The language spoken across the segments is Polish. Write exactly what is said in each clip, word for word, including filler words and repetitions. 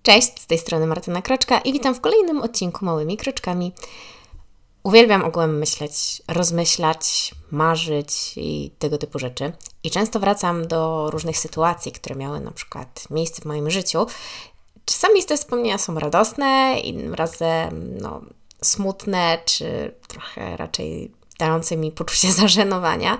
Cześć, z tej strony Martyna Kroczka i witam w kolejnym odcinku Małymi Kroczkami. Uwielbiam ogółem myśleć, rozmyślać, marzyć i tego typu rzeczy. I często wracam do różnych sytuacji, które miały na przykład miejsce w moim życiu. Czasami te wspomnienia są radosne, innym razem no, smutne, czy trochę raczej dające mi poczucie zażenowania,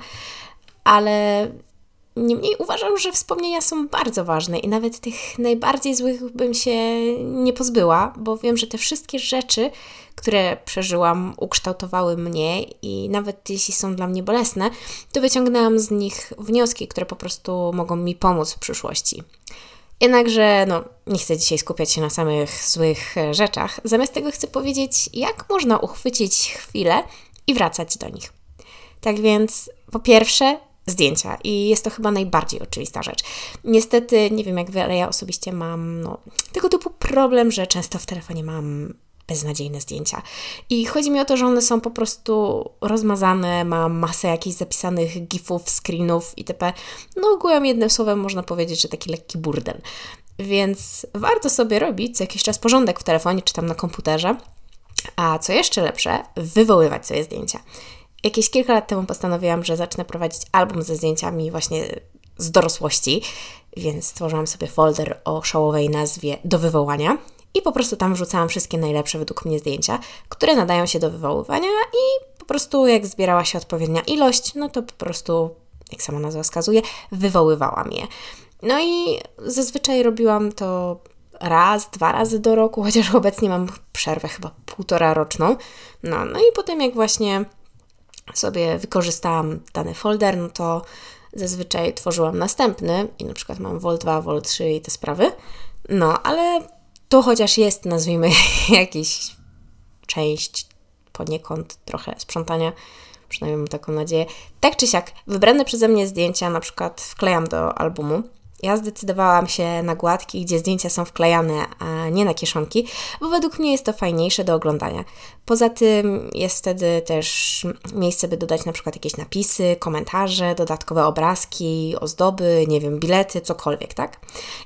ale niemniej uważam, że wspomnienia są bardzo ważne i nawet tych najbardziej złych bym się nie pozbyła, bo wiem, że te wszystkie rzeczy, które przeżyłam, ukształtowały mnie i nawet jeśli są dla mnie bolesne, to wyciągnęłam z nich wnioski, które po prostu mogą mi pomóc w przyszłości. Jednakże no, nie chcę dzisiaj skupiać się na samych złych rzeczach. Zamiast tego chcę powiedzieć, jak można uchwycić chwilę i wracać do nich. Tak więc po pierwsze zdjęcia i jest to chyba najbardziej oczywista rzecz. Niestety, nie wiem jak wy, ale ja osobiście mam no, tego typu problem, że często w telefonie mam beznadziejne zdjęcia. I chodzi mi o to, że one są po prostu rozmazane, mam masę jakichś zapisanych gifów, screenów itp. No ogółem jednym słowem można powiedzieć, że taki lekki burdel. Więc warto sobie robić co jakiś czas porządek w telefonie czy tam na komputerze. A co jeszcze lepsze, wywoływać sobie zdjęcia. Jakieś kilka lat temu postanowiłam, że zacznę prowadzić album ze zdjęciami właśnie z dorosłości, więc stworzyłam sobie folder o szałowej nazwie Do wywołania i po prostu tam wrzucałam wszystkie najlepsze według mnie zdjęcia, które nadają się do wywoływania i po prostu jak zbierała się odpowiednia ilość, no to po prostu, jak sama nazwa wskazuje, wywoływałam je. No i zazwyczaj robiłam to raz, dwa razy do roku, chociaż obecnie mam przerwę chyba półtora roczną. No, no i potem jak właśnie sobie wykorzystałam dany folder, no to zazwyczaj tworzyłam następny i na przykład mam vol dwa, vol trzy i te sprawy. No, ale to chociaż jest, nazwijmy, jakiś część poniekąd trochę sprzątania, przynajmniej mam taką nadzieję. Tak czy siak, wybrane przeze mnie zdjęcia na przykład wklejam do albumu. Ja zdecydowałam się na gładki, gdzie zdjęcia są wklejane, a nie na kieszonki, bo według mnie jest to fajniejsze do oglądania. Poza tym jest wtedy też miejsce, by dodać na przykład jakieś napisy, komentarze, dodatkowe obrazki, ozdoby, nie wiem, bilety, cokolwiek, tak?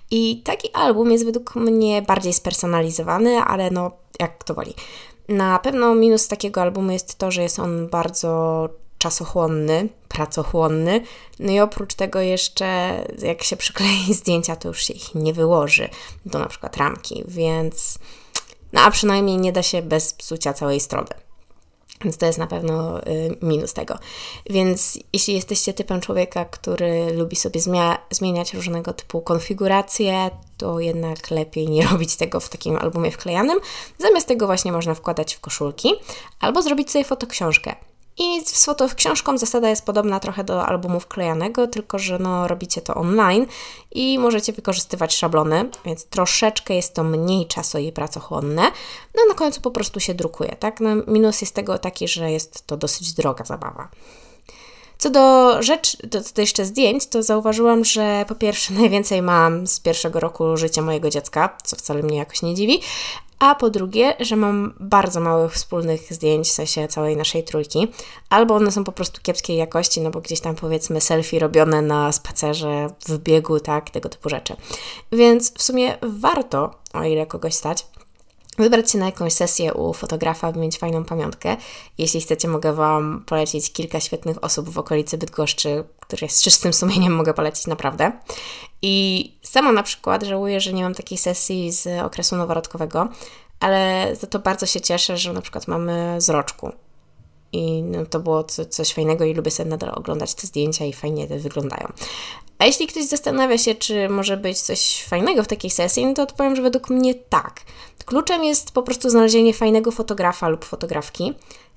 I taki album jest według mnie bardziej spersonalizowany, ale no, jak kto woli. Na pewno minus takiego albumu jest to, że jest on bardzo czasochłonny, pracochłonny, no i oprócz tego jeszcze jak się przyklei zdjęcia, to już się ich nie wyłoży do na przykład ramki, więc no a przynajmniej nie da się bez psucia całej strony. Więc to jest na pewno y, minus tego. Więc jeśli jesteście typem człowieka, który lubi sobie zmia- zmieniać różnego typu konfiguracje, to jednak lepiej nie robić tego w takim albumie wklejanym. Zamiast tego właśnie można wkładać w koszulki albo zrobić sobie fotoksiążkę. I z fotoksiążką zasada jest podobna trochę do albumu wklejanego, tylko że no, robicie to online i możecie wykorzystywać szablony, więc troszeczkę jest to mniej czaso i pracochłonne. No na końcu po prostu się drukuje, tak? No, minus jest tego taki, że jest to dosyć droga zabawa. Co do rzeczy, do, do jeszcze zdjęć, to zauważyłam, że po pierwsze najwięcej mam z pierwszego roku życia mojego dziecka, co wcale mnie jakoś nie dziwi, a po drugie, że mam bardzo małych wspólnych zdjęć, w sensie całej naszej trójki, albo one są po prostu kiepskiej jakości, no bo gdzieś tam powiedzmy selfie robione na spacerze, w biegu, tak, tego typu rzeczy. Więc w sumie warto, o ile kogoś stać, wybrać się na jakąś sesję u fotografa, by mieć fajną pamiątkę. Jeśli chcecie, mogę Wam polecić kilka świetnych osób w okolicy Bydgoszczy, które z czystym sumieniem mogę polecić naprawdę. I sama na przykład żałuję, że nie mam takiej sesji z okresu noworodkowego, ale za to bardzo się cieszę, że na przykład mamy z roczku. I no, to było co, coś fajnego i lubię sobie nadal oglądać te zdjęcia i fajnie te wyglądają. A jeśli ktoś zastanawia się, czy może być coś fajnego w takiej sesji, no to odpowiem, że według mnie tak. Kluczem jest po prostu znalezienie fajnego fotografa lub fotografki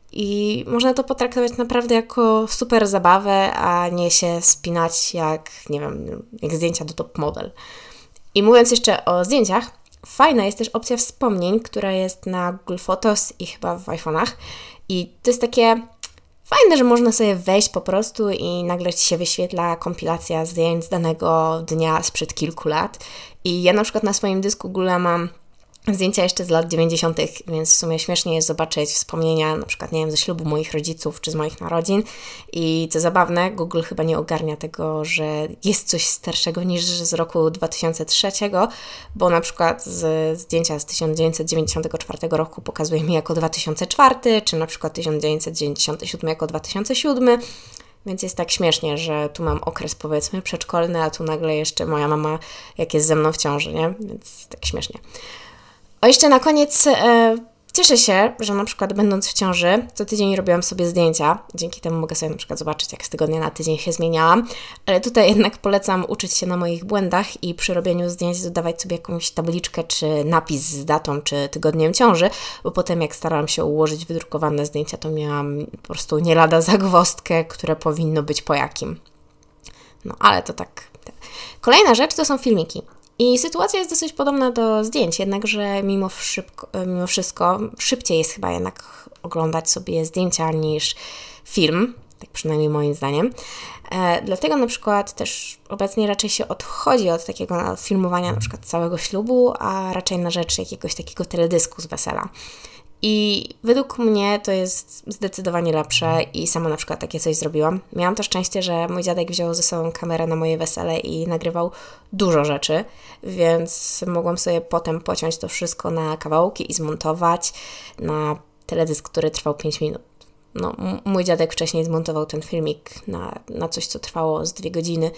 i można to potraktować naprawdę jako super zabawę, a nie się spinać jak, nie wiem, jak zdjęcia do top model. I mówiąc jeszcze o zdjęciach, fajna jest też opcja wspomnień, która jest na Google Photos i chyba w iPhone'ach. I to jest takie fajne, że można sobie wejść po prostu i nagle Ci się wyświetla kompilacja zdjęć z danego dnia sprzed kilku lat. I ja na przykład na swoim dysku Google mam zdjęcia jeszcze z lat dziewięćdziesiątych, więc w sumie śmiesznie jest zobaczyć wspomnienia, na przykład, nie wiem, ze ślubu moich rodziców, czy z moich narodzin. I co zabawne, Google chyba nie ogarnia tego, że jest coś starszego niż z roku dwa tysiące trzeciego, bo na przykład z zdjęcia z tysiąc dziewięćset dziewięćdziesiątego czwartego roku pokazuje mi jako dwa tysiące czwarty, czy na przykład tysiąc dziewięćset dziewięćdziesiąty siódmy jako dwa tysiące siódmy. Więc jest tak śmiesznie, że tu mam okres, powiedzmy, przedszkolny, a tu nagle jeszcze moja mama, jak jest ze mną w ciąży, nie? Więc tak śmiesznie. O, jeszcze na koniec e, cieszę się, że na przykład będąc w ciąży, co tydzień robiłam sobie zdjęcia. Dzięki temu mogę sobie na przykład zobaczyć, jak z tygodnia na tydzień się zmieniałam. Ale tutaj jednak polecam uczyć się na moich błędach i przy robieniu zdjęć dodawać sobie jakąś tabliczkę, czy napis z datą, czy tygodniem ciąży, bo potem jak starałam się ułożyć wydrukowane zdjęcia, to miałam po prostu nie lada zagwozdkę, które powinno być po jakim. No, ale to tak. Kolejna rzecz to są filmiki. I sytuacja jest dosyć podobna do zdjęć, jednakże mimo, szybko, mimo wszystko szybciej jest chyba jednak oglądać sobie zdjęcia niż film, tak przynajmniej moim zdaniem. E, dlatego na przykład też obecnie raczej się odchodzi od takiego filmowania na przykład całego ślubu, a raczej na rzecz jakiegoś takiego teledysku z wesela. I według mnie to jest zdecydowanie lepsze i sama na przykład takie coś zrobiłam. Miałam to szczęście, że mój dziadek wziął ze sobą kamerę na moje wesele i nagrywał dużo rzeczy, więc mogłam sobie potem pociąć to wszystko na kawałki i zmontować na teledysk, który trwał pięć minut. No, m- mój dziadek wcześniej zmontował ten filmik na, na coś, co trwało z dwie godziny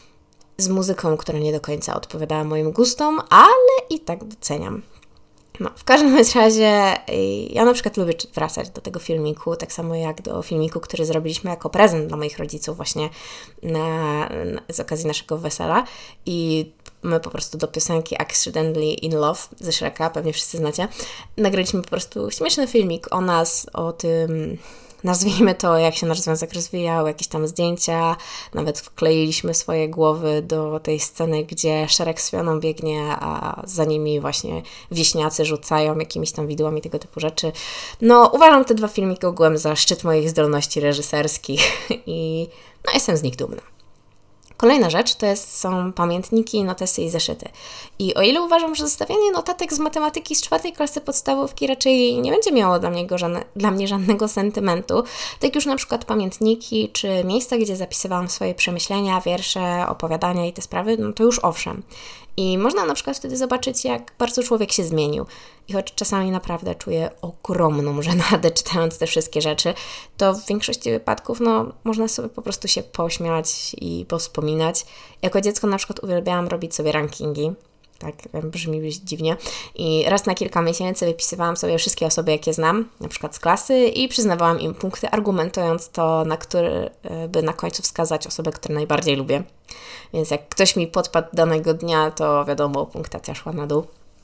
z muzyką, która nie do końca odpowiadała moim gustom, ale i tak doceniam. No, w każdym razie ja na przykład lubię wracać do tego filmiku, tak samo jak do filmiku, który zrobiliśmy jako prezent dla moich rodziców właśnie na, na, z okazji naszego wesela i my po prostu do piosenki Accidentally in Love ze Shreka, pewnie wszyscy znacie, nagraliśmy po prostu śmieszny filmik o nas, o tym, nazwijmy to, jak się nasz związek rozwijał, jakieś tam zdjęcia, nawet wkleiliśmy swoje głowy do tej sceny, gdzie Shrek z Fioną biegnie, a za nimi właśnie wieśniacy rzucają jakimiś tam widłami, tego typu rzeczy. No, uważam te dwa filmiki ogółem za szczyt moich zdolności reżyserskich i no, jestem z nich dumna. Kolejna rzecz to jest, są pamiętniki, notesy i zeszyty. I o ile uważam, że zostawianie notatek z matematyki z czwartej klasy podstawówki raczej nie będzie miało dla mnie, żadne, dla mnie żadnego sentymentu, tak już na przykład pamiętniki czy miejsca, gdzie zapisywałam swoje przemyślenia, wiersze, opowiadania i te sprawy, no to już owszem. I można na przykład wtedy zobaczyć, jak bardzo człowiek się zmienił. I choć czasami naprawdę czuję ogromną żenadę czytając te wszystkie rzeczy, to w większości wypadków no, można sobie po prostu się pośmiać i powspominać. Jako dziecko na przykład uwielbiałam robić sobie rankingi. Tak, brzmi dziwnie. I raz na kilka miesięcy wypisywałam sobie wszystkie osoby, jakie znam, na przykład z klasy i przyznawałam im punkty, argumentując to, na który by na końcu wskazać osobę, którą najbardziej lubię. Więc jak ktoś mi podpadł danego dnia, to wiadomo, punktacja szła na dół.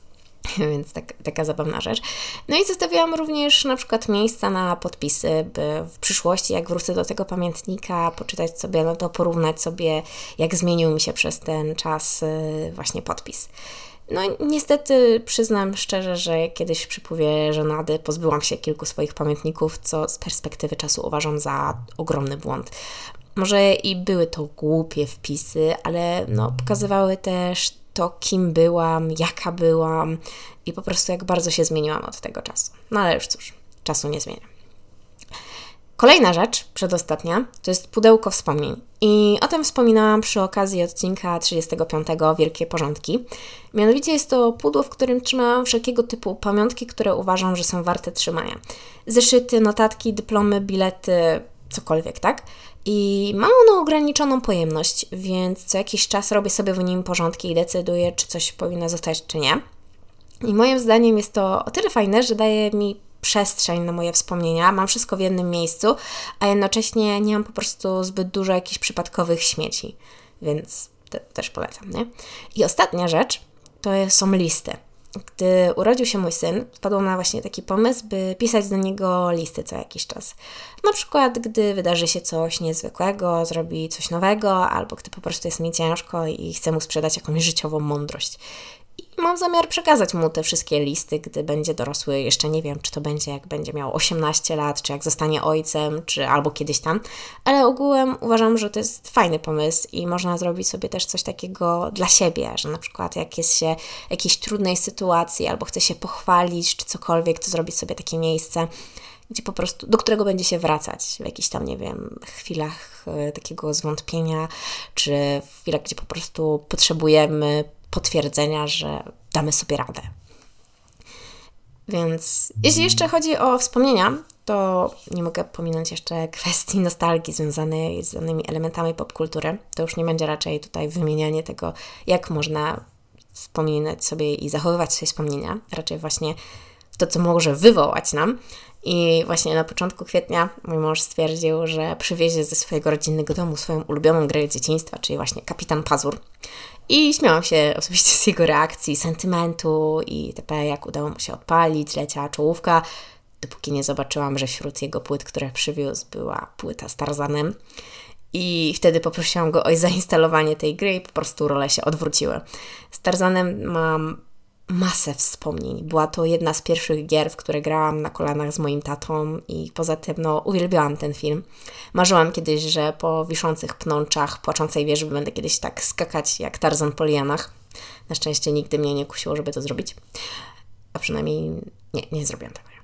Więc tak, taka zabawna rzecz. No i zostawiłam również na przykład miejsca na podpisy, by w przyszłości, jak wrócę do tego pamiętnika, poczytać sobie, no to porównać sobie, jak zmienił mi się przez ten czas właśnie podpis. No niestety przyznam szczerze, że kiedyś w przypływie żenady pozbyłam się kilku swoich pamiętników, co z perspektywy czasu uważam za ogromny błąd. Może i były to głupie wpisy, ale no, pokazywały też to, kim byłam, jaka byłam i po prostu jak bardzo się zmieniłam od tego czasu. No ale już cóż, czasu nie zmienia. Kolejna rzecz, przedostatnia, to jest pudełko wspomnień. I o tym wspominałam przy okazji odcinka trzydziestego piątego Wielkie Porządki. Mianowicie jest to pudło, w którym trzymałam wszelkiego typu pamiątki, które uważam, że są warte trzymania. Zeszyty, notatki, dyplomy, bilety, cokolwiek, tak? I mam ono ograniczoną pojemność, więc co jakiś czas robię sobie w nim porządki i decyduję, czy coś powinno zostać, czy nie. I moim zdaniem jest to o tyle fajne, że daje mi przestrzeń na moje wspomnienia, mam wszystko w jednym miejscu, a jednocześnie nie mam po prostu zbyt dużo jakichś przypadkowych śmieci, więc to też polecam, nie? I ostatnia rzecz to są listy. Gdy urodził się mój syn, wpadłam na właśnie taki pomysł, by pisać do niego listy co jakiś czas. Na przykład, gdy wydarzy się coś niezwykłego, zrobi coś nowego, albo gdy po prostu jest mi ciężko i chcę mu sprzedać jakąś życiową mądrość. I I mam zamiar przekazać mu te wszystkie listy, gdy będzie dorosły. Jeszcze nie wiem, czy to będzie jak będzie miał osiemnaście lat, czy jak zostanie ojcem, czy albo kiedyś tam. Ale ogółem uważam, że to jest fajny pomysł i można zrobić sobie też coś takiego dla siebie, że na przykład jak jest się w jakiejś trudnej sytuacji, albo chce się pochwalić, czy cokolwiek, to zrobić sobie takie miejsce, gdzie po prostu, do którego będzie się wracać w jakichś tam, nie wiem, chwilach y, takiego zwątpienia, czy w chwilach, gdzie po prostu potrzebujemy potwierdzenia, że damy sobie radę. Więc jeśli jeszcze chodzi o wspomnienia, to nie mogę pominąć jeszcze kwestii nostalgii związanej z danymi elementami popkultury. To już nie będzie raczej tutaj wymienianie tego, jak można wspominać sobie i zachowywać sobie wspomnienia. Raczej właśnie to, co może wywołać nam. I właśnie na początku kwietnia mój mąż stwierdził, że przywiezie ze swojego rodzinnego domu swoją ulubioną grę dzieciństwa, czyli właśnie Kapitan Pazur. I śmiałam się osobiście z jego reakcji, sentymentu i itp., jak udało mu się odpalić, leciała czołówka, dopóki nie zobaczyłam, że wśród jego płyt, które przywiózł, była płyta z Tarzanem. I wtedy poprosiłam go o zainstalowanie tej gry i po prostu role się odwróciły. Z Tarzanem mam masę wspomnień. Była to jedna z pierwszych gier, w które grałam na kolanach z moim tatą i poza tym no, uwielbiałam ten film. Marzyłam kiedyś, że po wiszących pnączach płaczącej wieży będę kiedyś tak skakać jak Tarzan po lianach. Na szczęście nigdy mnie nie kusiło, żeby to zrobić. A przynajmniej nie, nie zrobiłam tego.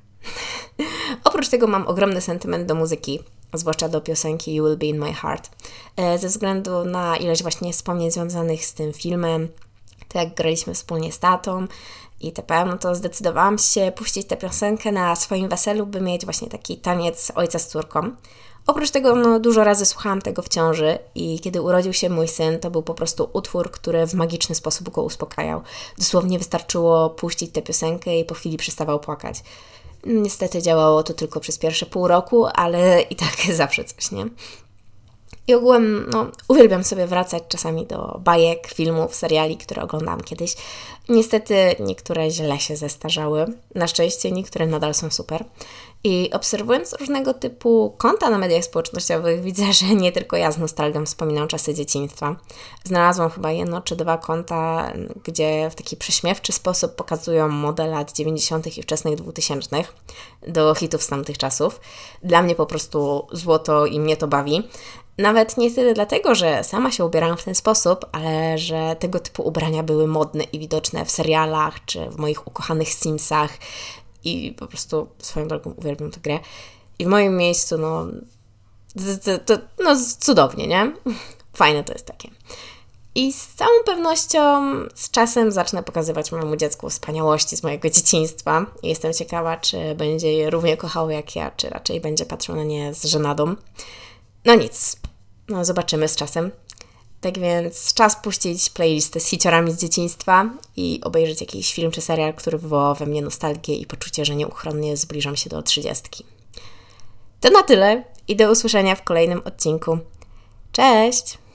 Oprócz tego mam ogromny sentyment do muzyki, zwłaszcza do piosenki You Will Be In My Heart. Ze względu na ilość właśnie wspomnień związanych z tym filmem, to jak graliśmy wspólnie z tatą itp., no to zdecydowałam się puścić tę piosenkę na swoim weselu, by mieć właśnie taki taniec ojca z córką. Oprócz tego no, dużo razy słuchałam tego w ciąży i kiedy urodził się mój syn, to był po prostu utwór, który w magiczny sposób go uspokajał. Dosłownie wystarczyło puścić tę piosenkę i po chwili przestawał płakać. Niestety działało to tylko przez pierwsze pół roku, ale i tak zawsze coś, nie? I ogółem, no, uwielbiam sobie wracać czasami do bajek, filmów, seriali, które oglądałam kiedyś. Niestety niektóre źle się zestarzały. Na szczęście niektóre nadal są super. I obserwując różnego typu konta na mediach społecznościowych, widzę, że nie tylko ja z nostalgią wspominam czasy dzieciństwa. Znalazłam chyba jedno czy dwa konta, gdzie w taki prześmiewczy sposób pokazują modę lat dziewięćdziesiątych i wczesnych dwutysięcznych do hitów z tamtych czasów. Dla mnie po prostu złoto i mnie to bawi. Nawet nie tyle dlatego, że sama się ubierałam w ten sposób, ale że tego typu ubrania były modne i widoczne w serialach czy w moich ukochanych Simsach i po prostu swoją drogą uwielbiam tę grę. I w moim miejscu, no, to, to, no cudownie, nie? Fajne to jest takie. I z całą pewnością z czasem zacznę pokazywać mojemu dziecku wspaniałości z mojego dzieciństwa. I jestem ciekawa, czy będzie je równie kochało jak ja, czy raczej będzie patrzył na nie z żenadą. No nic, no zobaczymy z czasem. Tak więc czas puścić playlistę z hiciorami z dzieciństwa i obejrzeć jakiś film czy serial, który wywołał we mnie nostalgię i poczucie, że nieuchronnie zbliżam się do trzydziestki. To na tyle i do usłyszenia w kolejnym odcinku. Cześć!